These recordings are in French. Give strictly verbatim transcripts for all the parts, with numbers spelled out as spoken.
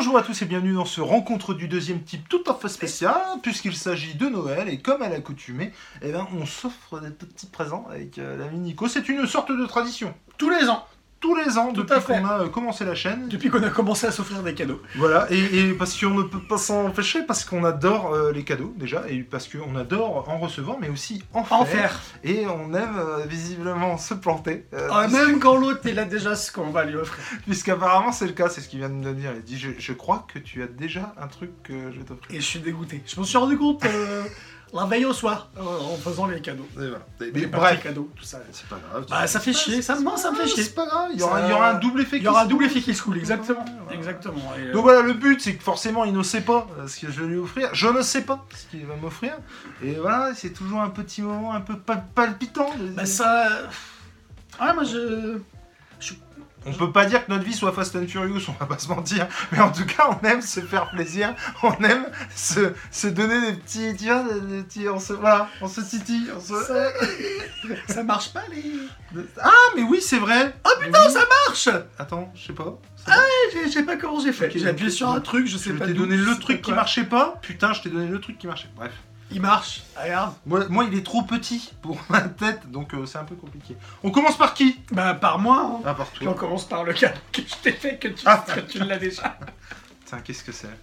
Bonjour à tous et bienvenue dans ce rencontre du deuxième type tout à fait spécial, puisqu'il s'agit de Noël, et comme à l'accoutumée, eh ben, on s'offre des petits présents avec euh, l'ami Nico. C'est une sorte de tradition. Tous les ans. Tous les ans, Tout depuis à fait. qu'on a euh, commencé la chaîne. Depuis qu'on a commencé à s'offrir des cadeaux. Voilà, et, et parce qu'on ne peut pas s'en empêcher, parce qu'on adore euh, les cadeaux, déjà, et parce qu'on adore en recevoir, mais aussi en faire. En faire. Et on aime euh, visiblement se planter. euh, Ah, puisque- même quand l'autre il a déjà ce qu'on va lui offrir. Puisqu'apparemment c'est le cas, c'est ce qu'il vient de me dire. Il dit je, je crois que tu as déjà un truc que je vais t'offrir. Et je suis dégoûté. Je me suis rendu compte euh, la veille au soir euh, en faisant les cadeaux. Et voilà. Mais, Les bref, petits cadeaux, tout ça. c'est pas grave. Bah ça fait chier, ça, non, ça me fait chier. C'est pas grave, il y aura, Ça- il y aura un double effet. Il y aura un qui se double coule. effet qui se coule, exactement. Ouais, voilà. Exactement. Et, euh, Donc voilà, le but c'est que forcément il ne sait pas euh, ce que je vais lui offrir. Je ne sais pas ce qu'il va m'offrir. Et voilà, c'est toujours un petit moment un peu pal- palpitant. de- bah ça... Ouais, moi je... On peut pas dire que notre vie soit Fast and Furious, on va pas se mentir, mais en tout cas on aime se faire plaisir, on aime se, se donner des petits, tu vois, des, des petits, on se, voilà, on se titille, on se... Ça... ça marche pas les... Ah mais oui c'est vrai. Oh putain, Oui. ça marche. Attends, je sais pas. Je je sais pas comment j'ai fait. Ok, J'ai appuyé donc, sur un donc, truc, je sais Je pas t'ai d'où, donné je le sais truc pas qui quoi. marchait pas, putain je t'ai donné le truc qui marchait, bref. Il marche, regarde. Moi, moi il est trop petit pour ma tête, donc euh, c'est un peu compliqué. On commence par qui? Bah par moi, hein. Ah par Puis on toi. commence par le cadeau que je t'ai fait, que tu, Ah. que tu l'as déjà. Putain qu'est-ce que c'est?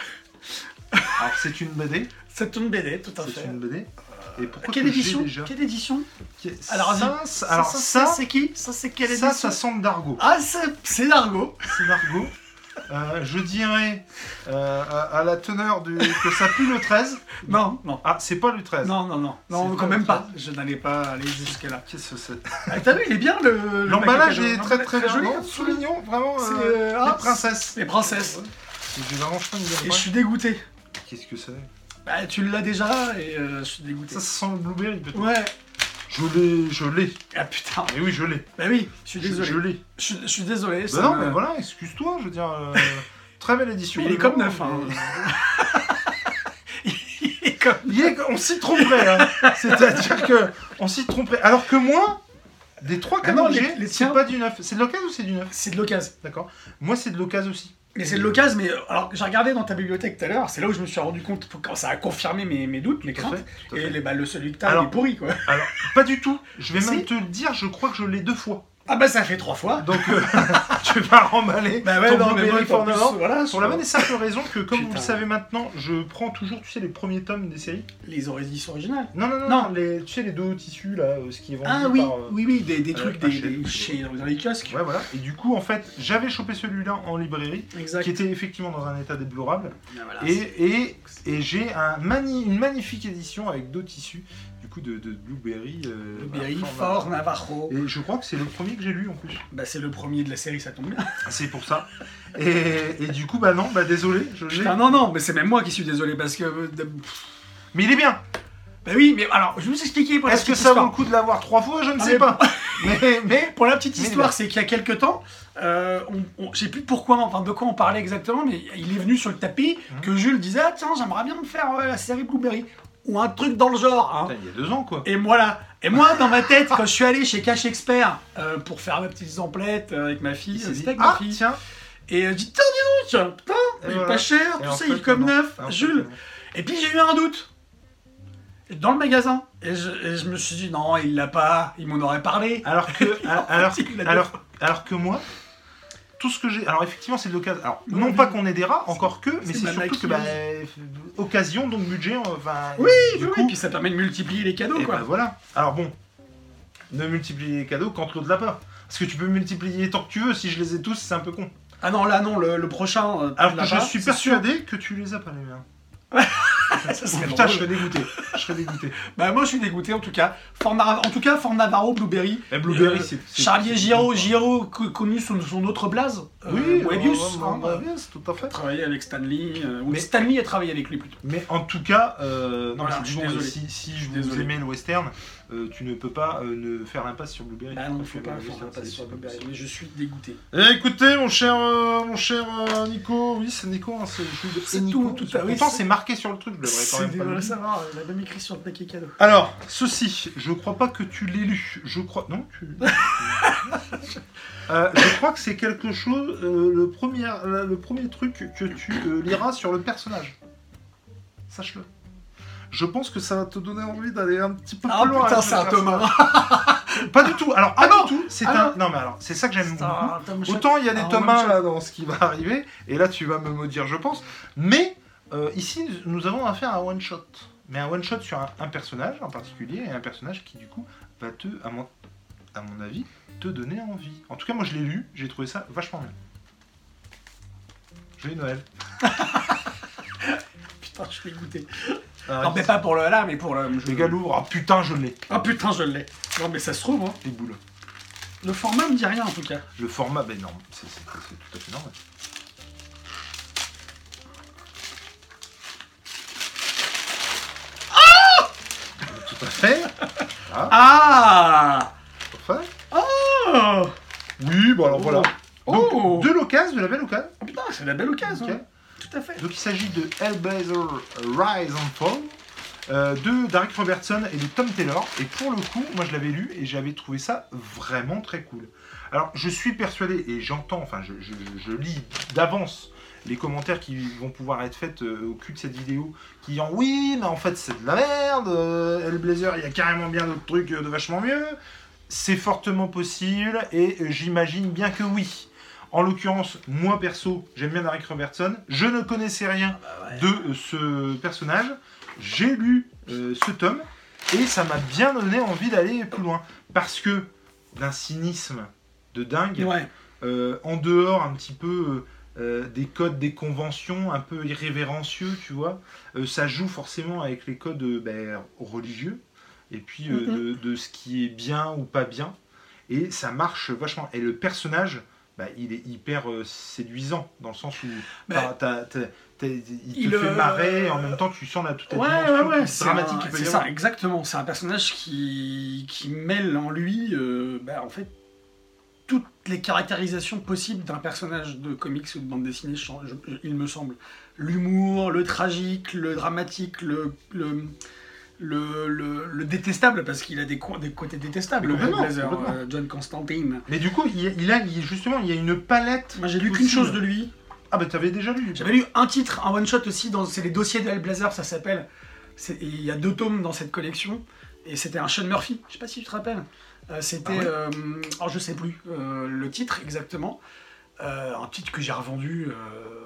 Alors c'est une B D, C'est une B D, tout à c'est fait. une B D. Et pourquoi Quelle que j'ai édition déjà Quelle édition Qui- Alors, ça, dis- ça, alors ça, ça, ça, c'est qui Ça, c'est quelle ça, édition ça sent d'argot. Ah, c'est c'est Dargo. C'est d'argot. Euh, je dirais euh, à, à la teneur du que ça pue le treize. Non, non. Ah, c'est pas le treize. Non, non, non. Non, C'est quand pas même le pas. Je n'allais pas aller jusque-là. Qu'est-ce que c'est? Ah, t'as vu, il est bien le. le L'emballage paquet est cadeau. très très, joli. bien, tout mignon, vraiment. C'est Euh, euh, les ah, princesses. Les princesses. J'ai vraiment faim de dire Et je pas. suis dégoûté. Qu'est-ce que c'est? Bah, tu l'as déjà et euh, je suis dégoûté. Ça, ça sent le blueberry peut-être. Ouais. Je l'ai, je l'ai. Ah putain. Mais oui, je l'ai. Bah oui, je suis Je, désolé. je l'ai. Je, je suis désolé. Bah ça non, me- mais voilà, excuse-toi, je veux dire. euh, très belle édition. Mais il est vraiment, comme neuf, hein. mais- Il est comme. Il est- on s'y tromperait, hein. C'est-à-dire que on s'y tromperait. Alors que moi, des trois Ah non, cadeaux que les- j'ai, les c'est tiens- pas du neuf. C'est de l'occasion ou c'est du neuf? C'est de l'occasion. D'accord. Moi, c'est de l'occasion aussi. Mais c'est de l'occasion, mais euh, alors j'ai regardé dans ta bibliothèque tout à l'heure, c'est là où je me suis rendu compte, quand ça a confirmé mes, mes doutes, mes Tout à craintes, fait, tout à et fait. les, bah, le celui que t'as, Alors- il est pourri quoi. Alors, pas du tout. Je vais Si. même te le dire, je crois que je l'ai deux fois. Ah bah ça fait trois fois. Donc, euh, tu vas remballer Bah ouais, ton non, mais Blueberry bon, en plus, Fortnite. voilà, Pour la bonne et simple raison que, comme vous Putain. le savez maintenant, je prends toujours, tu sais, les premiers tomes des séries. les éditions originales. Non, non, non, Non. non, les, tu sais, les deux tissus, là, euh, ce qui est vendu Ah oui, par... euh, oui, oui, des, des euh, trucs des, H et M. des- chez, dans les kiosques. Ouais, voilà. Et du coup, en fait, j'avais chopé celui-là en librairie, Exact. qui était effectivement dans un état déplorable. Ah, voilà, Et, et, et j'ai un mani- une magnifique édition avec d'autres tissus, du coup, de, de Blueberry. euh, Blueberry, voilà, Fort, Navajo. Et je crois que c'est le premier que j'ai lu en plus. Bah c'est le premier de la série, ça tombe bien. C'est pour ça. Et, et du coup, bah non, bah désolé, je l'ai. Putain, non, non, mais c'est même moi qui suis désolé parce que. euh, de- Mais il est bien. Bah oui, mais alors, je vais vous expliquer pour la Est-ce que petite ça vaut histoire. le coup de l'avoir trois fois? Je ne Ah, sais mais- pas. Mais, mais Pour la petite Mais histoire, il est c'est qu'il y a quelques temps, euh, on, on- je sais plus pourquoi, enfin de quoi on parlait exactement, mais il est venu sur le tapis Mhm. que Jules disait ah, tiens, j'aimerais bien me faire euh, la série Blueberry ou un truc dans le genre. Hein. Putain, il y a deux ans, quoi. Et voilà. Et moi, dans ma tête, quand je suis allé chez Cache Expert euh, pour faire ma petite emplette euh, avec ma fille, Il s'est euh, dit, c'était avec ma ah, fille, tiens. et euh, je dis tiens, dis donc, putain, Et il est voilà. pas cher, Et tout en ça, fait, il est comme non. neuf, En fait, Jules. non. Et puis j'ai eu un doute. Dans le magasin. Et je, et je me suis dit, non, il l'a pas, il m'en aurait parlé. Alors que, alors, Il l'a alors, alors que moi, tout ce que j'ai. Alors effectivement, c'est de l'occasion. Alors, Oui, non oui. pas qu'on est des rats, encore que, mais c'est c'est ma surtout que, maquilleuse. bah, occasion, donc budget, enfin. Oui, du oui, coup, oui, puis ça permet de multiplier les cadeaux, et quoi. bah voilà. Alors bon, ne multiplier les cadeaux quand l'autre l'a pas. Parce que tu peux multiplier tant que tu veux, si je les ai tous, c'est un peu con. Ah non, là, non, le, le prochain. euh, tu Alors l'as que je pas, suis c'est sûr. persuadé que tu les as pas les miens. Ça serait Putain, drôle. je serais dégoûté. Je serais dégoûté. Bah, moi, je suis dégoûté, en tout cas. Fort Nav- En tout cas, Fort Navarro, Blueberry. Et Blueberry, Euh, c'est. c'est- Charlie c'est- Giraud, Giraud, co- connu sous son autre blaze. euh, Oui, Moebius. euh, hein, euh, Moebius, tout à fait. travaillé avec Stanley. euh, ou Mais- Stanley a travaillé avec lui plutôt. Mais en tout cas, euh, non, Voilà, mais je suis bon, désolé. si, si Je suis vous désolé. aimez le western, euh, tu ne peux pas euh, ne faire l'impasse sur Blueberry. Bah non, faut Tu pas peux faire l'impasse c'est- sur c'est Blueberry, possible. mais je suis dégoûté. Eh, écoutez, mon cher, euh, mon cher euh, Nico, oui, c'est Nico, hein, c'est le jeu de C'est Nico. tout, tout à- oui, Pourtant, c'est- c'est marqué sur le truc, je devrais quand C'est même pas le le dire. savoir, il a même écrit sur le paquet cadeau. Alors, ceci, je crois pas que tu l'aies lu. Je crois. Non, tu. Euh, je crois que c'est quelque chose. euh, le, premier, euh, le premier truc que tu euh, liras sur le personnage. Sache-le. Je pense que ça va te donner envie d'aller un petit peu Ah plus loin. putain, avec c'est le un Thomas. personnage. Pas du tout. Alors, pas Ah non. du tout. C'est Ah un. Non, mais alors, c'est ça que j'aime C'est beaucoup. un Tom Shot. Autant il y a des Un Thomas one-shot. là dans ce qui va arriver, et là tu vas me maudire, je pense. Mais euh, ici, nous avons affaire à un one shot. Mais un one shot sur un, un personnage en particulier, et un personnage qui du coup va te, à mon, à mon avis, te donner envie. En tout cas, moi je l'ai lu, j'ai trouvé ça vachement bien. Joyeux Noël. Putain, je suis dégoûté. Ah, Non, mais pas pour le là, mais pour le. Les gars l'ouvrent. Ah putain, je l'ai. Ah putain, je l'ai. Non, mais ça se trouve, hein. Les boules. Le format me dit rien en tout cas. Le format, ben non, c'est c'est- c'est tout à fait normal. Tout à fait. Ah Tout à fait. Oh Oui, bon alors voilà. Donc, Oh de l'occasion, de la belle occasion. Oh, putain, c'est la belle occasion. Ok. hein. Tout à fait. Donc il s'agit de Hellblazer Rise and Fall, euh, de Derek Robertson et de Tom Taylor. Et pour le coup, moi je l'avais lu et j'avais trouvé ça vraiment très cool. Alors je suis persuadé, et j'entends, enfin je, je- je lis d'avance les commentaires qui vont pouvoir être faits euh, au cul de cette vidéo, qui disent oui, mais en fait c'est de la merde, euh, Hellblazer, il y a carrément bien d'autres trucs euh, de vachement mieux. C'est fortement possible et euh, j'imagine bien que oui. En l'occurrence, moi perso, j'aime bien Derek Robertson. Je ne connaissais rien de euh, ce personnage. J'ai lu euh, ce tome et ça m'a bien donné envie d'aller plus loin. Parce que d'un cynisme de dingue, Ouais. euh, en dehors un petit peu euh, euh, des codes, des conventions, un peu irrévérencieux, tu vois, euh, ça joue forcément avec les codes euh, ben, religieux et puis euh, Mhm. de, de ce qui est bien ou pas bien. Et ça marche vachement. Et le personnage, bah, il est hyper euh, séduisant, dans le sens où Bah, t'as- t'as- t'as- t'as- il te il, fait euh, marrer, et en même temps tu sens la, toute la Ouais, ouais, dimension ouais, c'est dramatique un- qu'il peut y c'est avoir. ça, exactement. C'est un personnage qui, qui mêle en lui, euh, bah, en fait, toutes les caractérisations possibles d'un personnage de comics ou de bande dessinée, je- je- il me semble. L'humour, le tragique, le dramatique, le, le, le, le- le détestable, parce qu'il a des, co- des côtés détestables, le Complètement, Hellblazer, complètement. euh, John Constantine. Mais du coup, il, y a- il a il- justement, il y a une palette. Moi, j'ai lu qu'une possible. chose de lui. Ah bah t'avais déjà lu. J'avais lu un titre, un one-shot aussi, dans, c'est les dossiers de Hellblazer, ça s'appelle. C'est- et Il y a deux tomes dans cette collection, et c'était un Sean Murphy, je sais pas si tu te rappelles. Euh, c'était, Ah ouais euh, alors je sais plus euh, le titre exactement, Euh, un titre que j'ai revendu euh,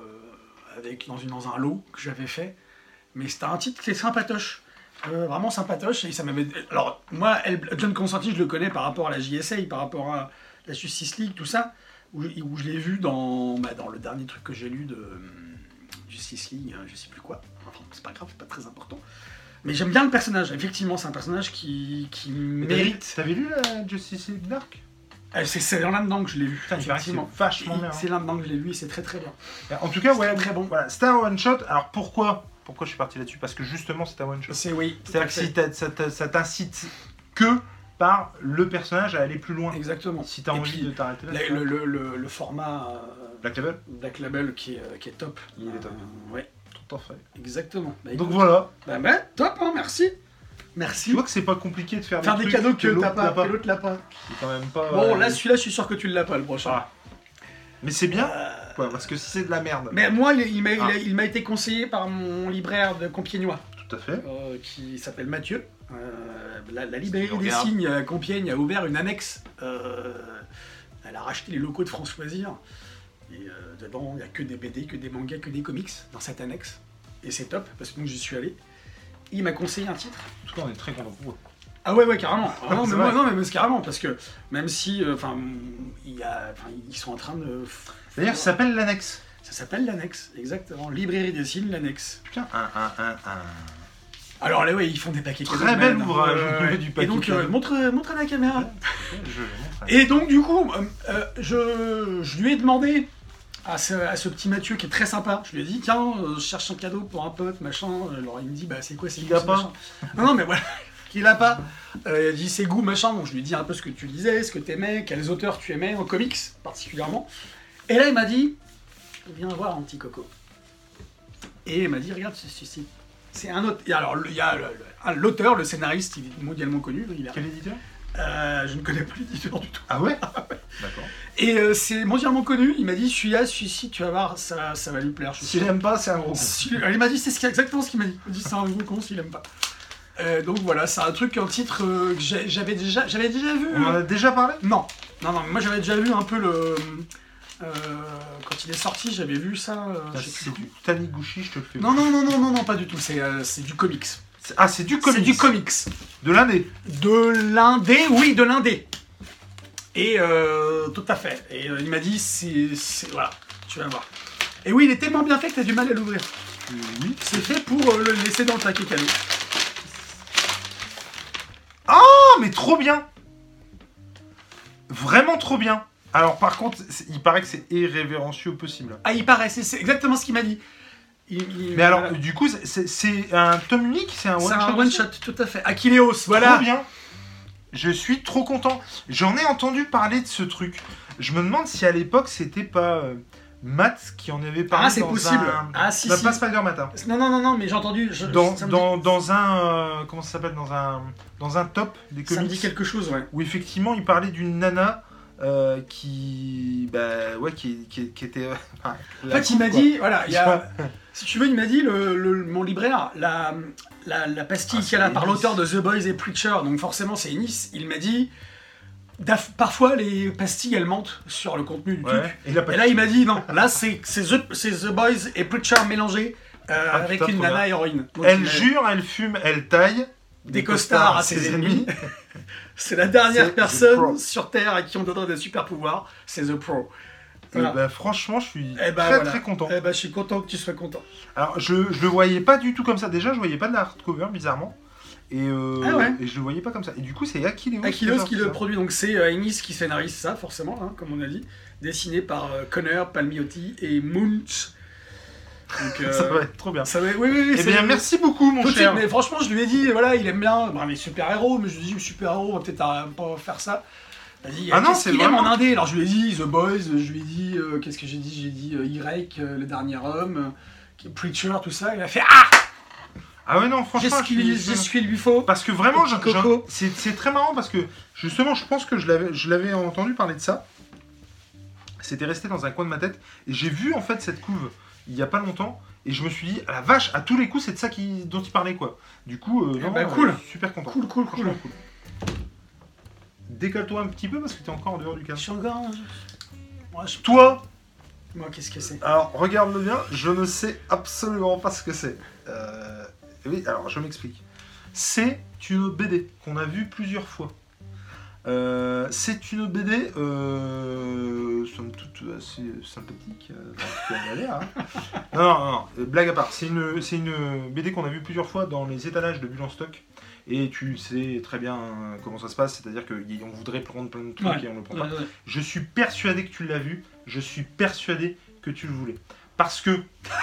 avec, dans, une, dans un lot que j'avais fait, mais c'était un titre qui est sympatoche. Euh, vraiment sympatoche, et ça m'avait... Alors, moi, Hell- John Constantine, je le connais par rapport à la J S A, par rapport à la Justice League, tout ça, où, je- où je l'ai vu dans, bah, dans le dernier truc que j'ai lu de euh, Justice League, euh, je sais plus quoi. Enfin, c'est pas grave, c'est pas très important. Mais j'aime bien le personnage, effectivement, c'est un personnage qui, qui Mais t'avais- mérite... T'avais lu la Justice League Dark? Euh, C'est c'est là-dedans que je l'ai vu, Putain, il paraît que c'est effectivement. vachement bien. C'est là-dedans que je l'ai lu, et c'est très très bien. En tout cas, C'est ouais, très, très bon. Voilà, c'était un one shot. Alors pourquoi Pourquoi je suis parti là-dessus? Parce que justement, c'est un one shot. C'est oui, tout à C'est-à-dire que fait. si t'as- ça t'a- ça t'incite que par le personnage à aller plus loin. Exactement. Si t'as Et envie puis, de t'arrêter là. la- tu vois. le, le, le, le format euh, Black Label. Black Label qui est, euh, qui est top. Il est top. Euh, ouais, Tout à fait. exactement. Bah, Donc écoute, voilà. bah, bah, top, hein, merci. Merci. Tu vois que c'est pas compliqué de faire, Faire des trucs cadeaux que l'autre t'as pas, n'a que l'autre l'a pas. C'est quand même pas. Bon, euh, là, celui-là, je suis sûr que tu l'as pas, le prochain. Ah. Mais c'est bien, Euh, quoi, parce que si c'est de la merde. Mais moi, il, il m'a il Ah. a- il m'a été conseillé par mon libraire de Compiègnois, Tout à fait. euh, qui s'appelle Mathieu. Euh, la, la librairie On des regarde. signes à Compiègne a ouvert une annexe. Euh, elle a racheté les locaux de France Loisirs. Et euh, dedans, il n'y a que des B D, que des mangas, que des comics dans cette annexe. Et c'est top, parce que donc j'y suis allé. Il m'a conseillé un titre. En tout cas, on est très content pour eux. Ah ouais, ouais, carrément. Ah non, C'est mais vrai. moi, non, mais c'est carrément, parce que même si, euh, enfin, il y a, enfin, ils sont en train de. D'ailleurs, ça s'appelle l'annexe. Ça s'appelle l'annexe, exactement. Librairie des signes, l'annexe. Putain, un, un, un, un. Alors là, ouais, ils font des paquets cadeaux. Très de bel merde, hein. ouvrage, Ouais, au ouais. niveau du paquet Et donc, euh, cadeau. montre, montre à la caméra. Je le montre. Et donc, du coup, euh, euh, je, je lui ai demandé à ce, à ce petit Mathieu qui est très sympa. Je lui ai dit, tiens, euh, je cherche un cadeau pour un pote, machin. Alors il me dit, bah c'est quoi, c'est Il quoi, a ce pas. machin Non, non, mais voilà. qu'il a pas. Euh, il a dit ses goûts, machin. Donc je lui ai dit un peu ce que tu lisais, ce que t'aimais, quels auteurs tu aimais en comics particulièrement. Et là, il m'a dit, viens voir un petit coco. Et il m'a dit, regarde ceci. C'est un autre. Et alors, il y a le- le- l'auteur, le scénariste, il est mondialement connu. Il a... Quel éditeur? Euh, je ne connais plus l'éditeur du tout. Ah ouais? D'accord. Et euh, c'est mondialement connu. Il m'a dit, celui-là, celui-ci, tu vas voir, ça, ça va lui plaire. Je suis S'il sûr. aime pas, c'est un gros con. Si- Il m'a dit, c'est ce qui- exactement ce qu'il m'a dit. Il m'a dit, c'est un gros con s'il aime pas. Euh, donc voilà, c'est un truc, un titre euh, que j'ai- j'avais déjà, j'avais déjà vu. On en a déjà parlé? Non, non, non, mais moi j'avais déjà vu un peu le. euh, quand il est sorti, j'avais vu ça. euh, je sais plus C'est où. du Taniguchi, je te le fais. Non, non, non, non, non, non, pas du tout. C'est euh, c'est du comics. C'est- Ah, c'est du comics. C'est du comics. De l'indé. De l'indé, oui, de l'indé. Et euh, tout à fait. Et euh, il m'a dit, c'est, c'est- voilà, tu vas voir. Et oui, il est tellement bien fait que t'as du mal à l'ouvrir. Euh, oui. C'est fait pour euh, le laisser dans le paquet cadeau. Oh, mais trop bien. Vraiment trop bien. Alors par contre, c'est- il paraît que c'est irrévérencieux au possible. Ah, il paraît, c'est, c'est exactement ce qu'il m'a dit. Il- il- Mais alors, voilà. du coup, c'est- c'est un tome unique, c'est un c'est one un shot. one aussi shot, tout à fait. Akileos, voilà. Trop bien. Je suis trop content. J'en ai entendu parler de ce truc. Je me demande si à l'époque c'était pas euh, Matt qui en avait parlé. Ah, c'est dans possible. Un... Ah, si, Bah, si. pas Spider-Man. hein. Non, non, non, non, mais j'ai entendu. Je, Dans, ça me dans, dans un euh, comment ça s'appelle, dans un dans un top des dit, ça me dit comics quelque chose, ouais. où effectivement il parlait d'une nana euh, qui bah ouais qui, qui, qui était euh, enfin, En la fait, il coupe, m'a quoi. dit, voilà, il y a, si tu veux, il m'a dit, le, le- mon libraire, la, la, la pastille Ah, qu'il y a là c'est par Ennis. l'auteur de The Boys et Preacher, donc forcément c'est Ennis, il m'a dit, daf- parfois les pastilles elles mentent sur le contenu du Ouais. truc. Et, la Et là il m'a dit, non, là c'est c'est The, c'est The Boys et Preacher mélangés euh, Ah, avec putain, une trop nana bien. héroïne. Donc, il elle m'a- jure, elle fume, elle taille des costards à ses ennemis. C'est la C'est dernière The personne Pro. sur Terre à qui on donnerait des super pouvoirs, c'est The Pro. Et Voilà. bah, franchement, je suis Eh ben, très voilà. très content. Eh ben, je suis content que tu sois content. Alors, je, je le voyais pas du tout comme ça. Déjà, je voyais pas de la hardcover, bizarrement. Et, euh, Ah ouais. et je le voyais pas comme ça. Et du coup, c'est Akileos. Akileos a qui sorti le ça. produit, donc c'est euh, Ennis qui scénarise ça, forcément, hein, comme on a dit. Dessiné par euh, Connor, Palmiotti et Munch. Donc, euh, Ça va être trop bien. ça va- oui, oui, oui. Eh c'est- bien, merci beaucoup, mon tout de cher. suite, mais franchement, je lui ai dit, voilà, il aime bien bah, les super-héros, mais je lui ai dit, super-héros, on va peut-être euh, pas faire ça. Il m'a dit, Ah non, qu'est-ce c'est qu'il aime vraiment- en indé? Alors je lui ai dit The Boys, je lui ai dit, euh, qu'est-ce que j'ai dit? J'ai dit euh, Y, euh, le dernier homme, euh, Preacher, tout ça. Il a fait, ah, Ah ouais, non, j'ai franchement, ce je qu'il suis- j'ai ce qu'il lui faut. Parce que vraiment, Petit j'en- j'en- coco. c'est c'est très marrant parce que justement, je pense que je l'avais je l'avais entendu parler de ça. C'était resté dans un coin de ma tête. Et j'ai vu en fait cette couve il y a pas longtemps. Et je me suis dit, ah la vache, à tous les coups, c'est de ça qui, dont il parlait, quoi. Du coup, euh, Eh non, ben, euh, cool. super content. Cool, cool, cool. Franchement, cool. Décale-toi un petit peu parce que t'es encore en dehors du Je cadre. suis encore. Moi, je... Toi, Moi, qu'est-ce que c'est? alors regarde-le bien, je ne sais absolument pas ce que c'est. Euh, oui, alors je m'explique. C'est une B D qu'on a vue plusieurs fois. Euh, c'est une B D, euh, somme toute assez sympathique, euh, dans ce qu'elle a l'air, hein. Non, non, non, non, euh, blague à part. C'est une, c'est une B D qu'on a vue plusieurs fois dans les étalages de Bulle en stock. Et tu sais très bien comment ça se passe, c'est-à-dire qu'on voudrait prendre plein de trucs Ouais. et on ne le prend Ouais, pas. ouais. Je suis persuadé que tu l'as vu, je suis persuadé que tu le voulais. Parce que.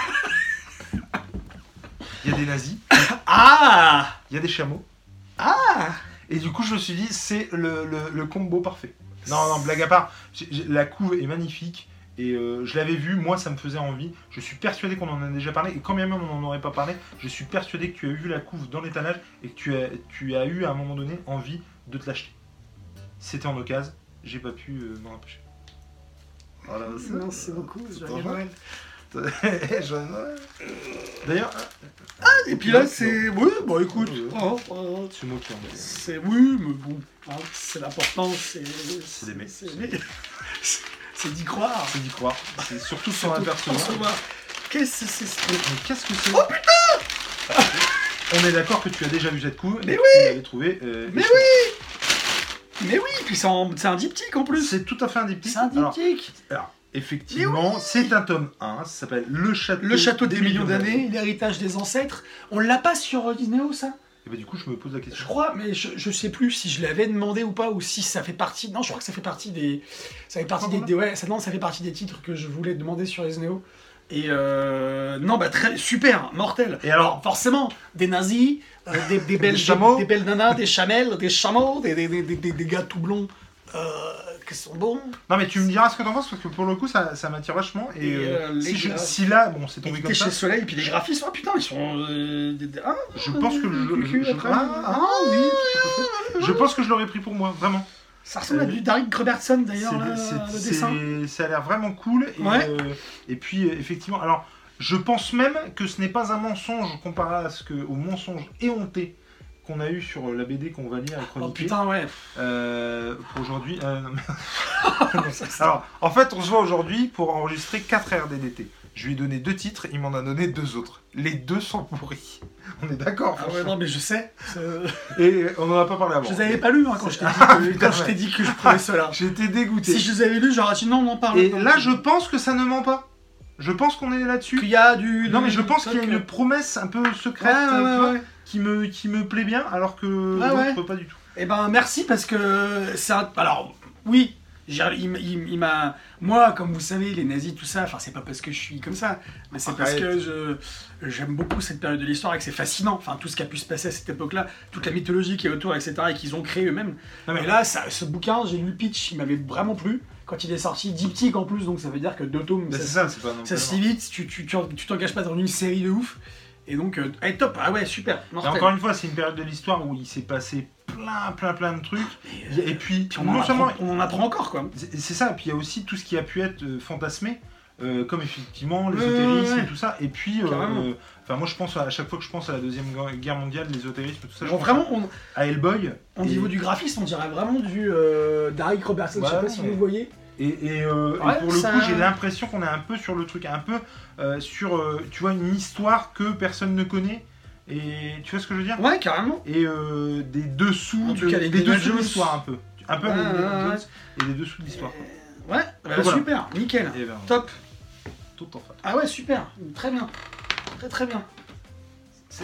Il y a des nazis, Ah! il y a des chameaux, Ah! et du coup je me suis dit, c'est le, le, le combo parfait. Non, non, blague à part, j'ai- j'ai- la couve est magnifique, et euh, je l'avais vue, moi ça me faisait envie. Je suis persuadé qu'on en a déjà parlé, et quand bien même on n'en aurait pas parlé, je suis persuadé que tu as vu la couve dans l'étalage, et que tu as, tu as eu à un moment donné envie de te l'acheter. C'était en occasion, j'ai pas pu euh, m'en empêcher. Voilà, c'est- Merci beaucoup, c'est joyeux ton Noël. Joyeux Noël. D'ailleurs, Et puis là, c'est. Oui, bon, écoute. Ouais. oh, oh, c'est moi qui en ai. c'est. Oui, mais bon. hein, c'est l'important, c'est. C'est d'aimer. C'est c'est d'y croire. C'est d'y croire. C'est surtout sur un Surtout personnage. concevoir. Qu'est-ce que c'est Mais qu'est-ce que c'est? Oh putain! On est d'accord que tu as déjà vu cette couve. Mais et que oui! Tu l'avais trouvé. euh, Mais oui! Mais oui, puis c'est en- c'est un diptyque en plus. C'est tout à fait un diptyque. C'est un Alors, diptyque. alors, effectivement, c'est un tome un. Ça s'appelle Le Château, Le château des millions d'années, l'héritage des ancêtres. On l'a pas sur euh, Disney, ça? Et bah, du coup, je me pose la Je question. crois, mais je, je sais plus si je l'avais demandé ou pas, ou si ça fait partie. Non, je crois que ça fait partie des. Ça fait partie Ah, des, voilà. des- ouais, ça, non, ça fait partie des titres que je voulais demander sur les Neo. Et euh, non, bah très super, mortel. Et alors, forcément, des nazis, euh, des, des, belles, Des chameaux. des, des belles nanas, des chamelles, des chameaux, des, des, des, des, des gars tout blonds euh, qui sont bons. Non mais tu me diras ce que t'en penses parce que pour le coup ça, ça m'attire vachement et, Et, euh, euh, les si, je- gars- si là bon c'est tombé Et comme ça, chez Soleil, puis les graphismes, oh putain, ils sont. Euh, des- des- ah, je pense que le, cul, je, après. ah, ah, oui, tout à fait. Je pense que je l'aurais pris pour moi vraiment. Ça ressemble à du Derek Robertson d'ailleurs, là, C'est- le c'est- dessin. c'est- ça a l'air vraiment cool et, Ouais. euh, et puis euh, effectivement alors je pense même que ce n'est pas un mensonge comparé à ce que au mensonge éhonté qu'on a eu sur la B D qu'on va lire et Oh chroniquer. putain, ouais. Euh, pour aujourd'hui. euh, non, mais- Alors, en fait, on se voit aujourd'hui pour enregistrer quatre R D D T. Je lui ai donné deux titres, il m'en a donné deux autres. Les deux sont pourris. On est d'accord, Ah ouais, franchement. non, mais je sais. c'est- Et on n'en a pas parlé avant. Je les avais pas lus hein, quand je t'ai dit, Ah, que- putain, quand je t'ai ouais. dit que je prenais cela. J'étais dégoûté. Si je les avais lus, j'aurais dit non, on en parle. Et pas. là, je pense que ça ne ment pas. Je pense qu'on est là-dessus. Qu'il y a du. Non, du- mais je pense du qu'il y a truc, une promesse un peu euh, secrète Ouais, ouais, tu vois, ouais, ouais. qui, me, qui me plaît bien, alors que Ouais, l'autre, ouais. pas du tout. Eh ben merci parce que c'est un... Alors oui, j'ai- il, m- il m- il m'a... Moi, comme vous savez, les nazis, tout ça, enfin c'est pas parce que je suis comme ça, mais c'est parce Arrête. que je j'aime beaucoup cette période de l'histoire et que c'est fascinant, enfin tout ce qui a pu se passer à cette époque-là, toute la mythologie qui est autour, et cetera, et qu'ils ont créé eux-mêmes. Non, mais Et là, ça, ce bouquin, j'ai lu le pitch, il m'avait vraiment plu. Quand il est sorti, diptyque en plus, donc ça veut dire que deux tomes, bah, ça, c'est ça, c'est pas non ça plus se lit vite, tu tu- tu tu t'engages pas dans une série de ouf. Et donc, euh, eh, top, ah ouais, super, Et mortel. encore une fois, c'est une période de l'histoire où il s'est passé plein, plein, plein de trucs. Et, euh, Et puis, puis on, non en seulement. apprend, on en apprend encore, quoi. C'est c'est ça, et puis il y a aussi tout ce qui a pu être euh, fantasmé, euh, comme effectivement Ouais, l'ésotérisme ouais, ouais. et tout ça. Et puis, euh, Carrément. euh, enfin, moi je pense à, à chaque fois que je pense à la Deuxième Guerre mondiale, l'ésotérisme, tout ça, je Bon, pense vraiment, on, à Hellboy. au et, niveau du graphisme, on dirait vraiment du euh, Derek Robertson. Je sais Ouais, pas si ouais. vous voyez. Et, et, euh, et Ouais, pour le ça- coup, j'ai l'impression qu'on est un peu sur le truc, un peu euh, sur, euh, tu vois, une histoire que personne ne connaît. Et tu vois ce que je veux dire? Ouais, carrément. Et euh, des dessous, En tout de, cas, les des Indiana dessous de Jones. l'histoire un peu. Un peu Ouais, avec Indiana ouais, Jones ouais. et des dessous de l'histoire. Euh, Ouais, bah, Donc, voilà. super, nickel. Et ben, Top. tout en fait. Ah ouais, super, très bien. Très très bien. C'est-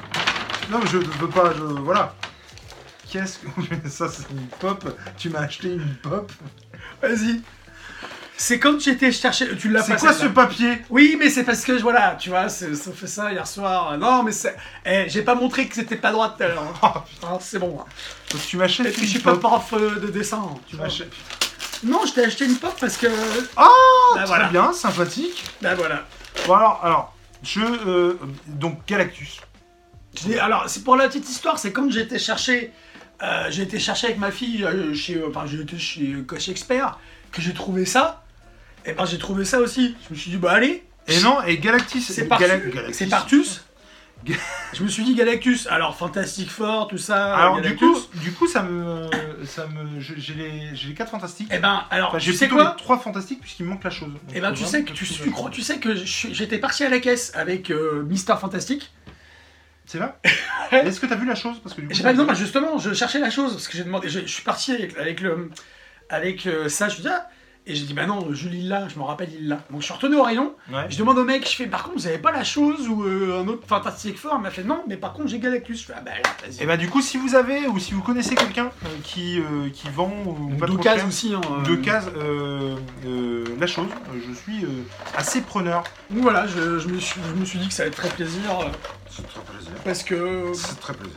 Non, mais je ne veux pas, je... Voilà. Qu'est-ce que... Ça, c'est une pop. Tu m'as acheté une pop. Vas-y. C'est comme j'étais chercher. Tu l'as C'est pas quoi ce celle-là. papier? Oui, mais c'est parce que voilà, tu vois, c'est- ça fait ça hier soir. Non, mais c'est. Eh, j'ai pas montré que c'était pas droit tout à l'heure. hein. Oh, putain. Ah, c'est bon. Donc, tu m'achètes Et puis une je suis pas pop. prof euh, de dessin. Tu m'achètes... Non, je t'ai acheté une pop parce que. Oh, Bah, très voilà. bien, sympathique. Bah voilà. Bon, alors, alors je... euh, donc, Galactus. Je l'ai- Alors, c'est pour la petite histoire, c'est quand j'ai été chercher, euh, j'ai été chercher avec ma fille euh, chez, euh, enfin, j'ai été chez Coach Expert, que j'ai trouvé ça. Et ben j'ai trouvé ça aussi. Je me suis dit bah allez. Et non, et Galactus... C'est Gala- Partus. Galactus. C'est Partus. Ga- Je me suis dit Galactus. Alors Fantastic Four, tout ça. Alors, du Galactus. coup, du coup, ça me... Ça me... je- J'ai les... j'ai les quatre fantastiques. Eh ben alors Enfin, tu j'ai sais plutôt quoi les trois fantastiques puisqu'il me manque la chose. Donc, Eh ben faut tu vraiment sais que tu, je trouve tu la crois, chose. tu sais que je suis- j'étais parti à la caisse avec euh, Mister Fantastic. C'est là. Est-ce que t'as vu la chose? Parce que du coup, J'ai pas non, bah justement, je cherchais la chose parce que j'ai demandé, je, je suis parti avec, avec le, avec euh, ça, je dis ah, et j'ai dit bah non, Julie là, je me rappelle il l'a. Donc je suis retourné au rayon, Ouais. je demande au mec, je fais par contre vous avez pas la chose ou euh, un autre Fantastic Four, il m'a fait non, mais par contre j'ai Galactus. Je fais ah bah là, vas-y. Et bah du coup, si vous avez ou si vous connaissez quelqu'un euh, qui euh, qui vend ou pas Deux trop cases cher, aussi. Hein, euh. deux cases, euh, euh, la chose, euh, je suis euh, assez preneur. Donc voilà, je, je me suis, je me suis dit que ça allait être très plaisir euh, C'est très plaisir. parce que C'est très plaisir.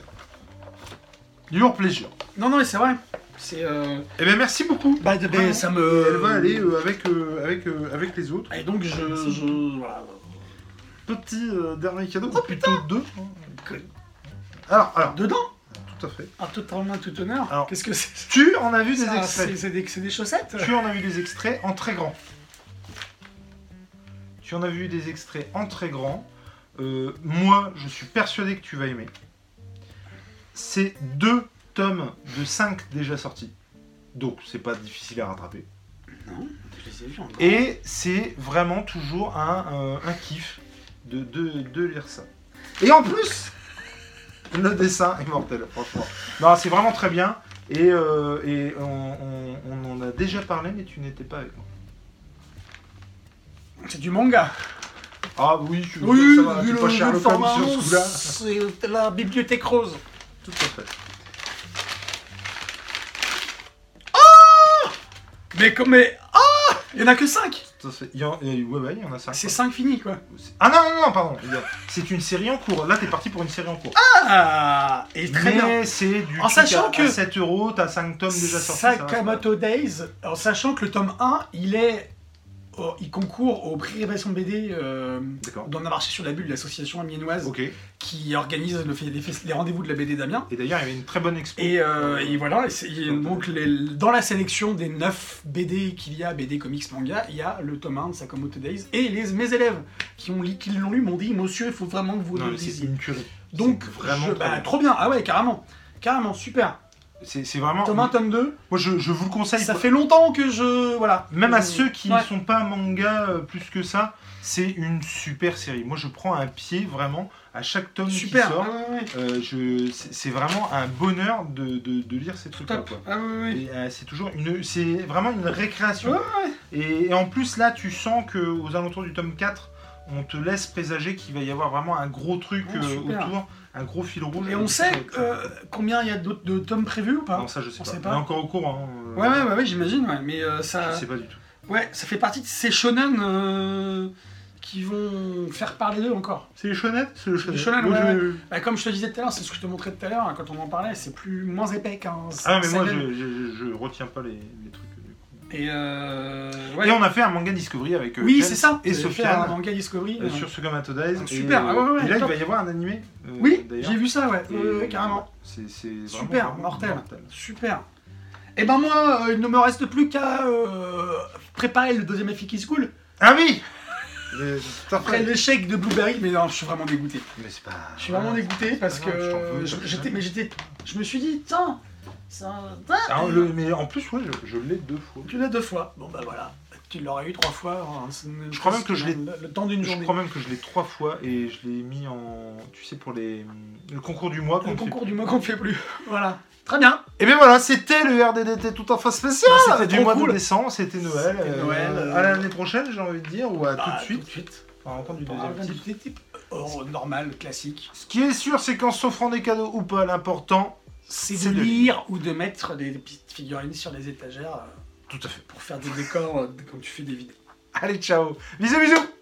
Your plaisir. non non mais c'est vrai, c'est euh... Et ben merci beaucoup. bah, de- Vraiment. ça Et me. elle va aller euh, avec euh, avec euh, avec les autres. Et donc je, Merci. je voilà. Petit euh, dernier cadeau, ou plutôt deux. Alors alors, Dedans, tout à fait. un tout honneur, tout honneur. Alors, Qu'est-ce que c'est? Tu en as vu des Ça, extraits. c'est c'est des, c'est des chaussettes. Tu en as vu des extraits en très grand. Tu en as vu des extraits en très grand. Euh, moi, je suis persuadé que tu vas aimer. C'est deux tomes de cinq déjà sortis. Donc, c'est pas difficile à rattraper. Non, je les ai vus en grand. Et c'est vraiment toujours un, euh, un kiff de, de, de lire ça. Et en plus, le dessin est mortel, franchement. Non, c'est vraiment très bien. Et, euh, et on, on- on en a déjà parlé, mais tu n'étais pas avec moi. C'est du manga. Ah oui, tu Oui, ça va, vu tu le, pas vu Sherlock le format Holmes sur ce coup-là. c'est la bibliothèque rose. Tout à fait. Mais comme mais ah Il y en a que cinq. Ça fait- il y en... Ouais, ouais, il y en a cinq. C'est cinq finis, quoi. Ah non, non, non, pardon. Il y a- C'est une série en cours. Là, t'es parti pour une série en cours. Ah, et très bien. Mais c'est du En truc sachant à, que- à sept euros, t'as cinq tomes déjà sortis. ça va, Sakamoto Days, en sachant que le tome un, il est... oh, il concourt au prix Révélation de B D euh, D'accord. dans un marché sur la bulle, l'association amiénoise, Ok. qui organise le, fait- les, fes- les rendez-vous de la B D d'Amiens. Et d'ailleurs, il y avait une très bonne expo. Et, euh, et voilà, et c'est- et donc les- dans la sélection des neuf B D qu'il y a, B D, comics, manga, il y a le tome un de Sakamoto Days. Et les, mes élèves qui ont li- qui l'ont lu m'ont dit, monsieur, il faut vraiment que vous Non, le mais c'est lisiez. une curie. Donc, C'est vraiment je- très bah, bien. trop bien, ah ouais, carrément. Carrément, super. C'est c'est vraiment. Tome un, tome deux, Moi, je, je vous le conseille. ça quoi. fait longtemps que je... Voilà. Même à Je- ceux qui ouais. ne sont pas manga euh, plus que ça, c'est une super série. Moi, je prends un pied vraiment à chaque tome Super, qui sort. ah ouais, ouais. Euh, je... C'est c'est vraiment un bonheur de, de, de lire ces trucs-là. Top. quoi. Ah ouais, ouais. Et, euh, c'est toujours une, c'est vraiment une récréation. Ouais, ouais. Et, et en plus là, tu sens que aux alentours du tome quatre, on te laisse présager qu'il va y avoir vraiment un gros truc Oh, euh, super. autour, un gros fil rouge. Et on ça va sait être- euh, combien il y a d'autres de tomes prévus ou pas? Non, ça je sais on pas. sait On pas. est encore au courant. hein, euh, Ouais, ouais, ouais, ouais, j'imagine, ouais. Mais euh, ça... Je sais pas du tout. Ouais, ça fait partie de ces shonen euh, qui vont faire parler d'eux encore. C'est les shonen C'est le shonen. shonen, Moi, ouais. je- Bah, comme je te disais tout à l'heure, c'est ce que je te montrais tout à l'heure, hein, quand on en parlait, c'est plus moins épais qu'un Ah mais moi je, seinen. je, je retiens pas les, les trucs. du coup. Et euh... ouais. Et on a fait un manga Discovery avec euh, Oui, Ken c'est ça. et J'avais fait un Sofiane manga Discovery. euh, euh, sur Sakamoto Days. Super, et, ah ouais, ouais, ouais, et là top. il va y avoir un animé. euh, Oui, d'ailleurs. j'ai vu ça, ouais, Et, ouais, ouais, carrément. ouais, C'est c'est vraiment, Super, vraiment mortel. Super. Et ben moi, euh, il ne me reste plus qu'à euh, préparer le deuxième F X School. Ah oui. Euh, tout à Après fait. l'échec de Blueberry, mais non, je suis vraiment dégoûté. Mais c'est pas. Je suis vraiment dégoûté parce Ah non, je t'en que veux, je- je- j'étais, mais j'étais, je me suis dit, tiens, ça, Ah, le- mais en plus ouais, je, je l'ai deux fois. tu l'as deux fois. Bon bah voilà, tu l'aurais eu trois fois. hein, c'est- Je crois même que je l'ai- le, le temps d'une Je journée. crois même que je l'ai trois fois et je l'ai mis en. Tu sais, pour les. Le concours du mois. qu'on Le fait. concours du mois qu'on ne fait plus. Voilà, très bien. Et bien voilà, c'était le R D D T tout enfin spécial Bah, c'était du trop mois cool. de décembre, c'était Noël. C'était euh, Noël. À l'année prochaine, j'ai envie de dire, ou à Bah, tout de suite. Tout de suite. On va entendre du Pour un deuxième du titre. type. Oh, normal, classique. Ce qui est sûr, c'est qu'en s'offrant des cadeaux ou pas, l'important, C'est C'est de de lire ou de mettre des petites figurines sur les étagères euh, tout à fait. pour faire des décors euh, quand tu fais des vidéos. Allez, ciao. Bisous, bisous.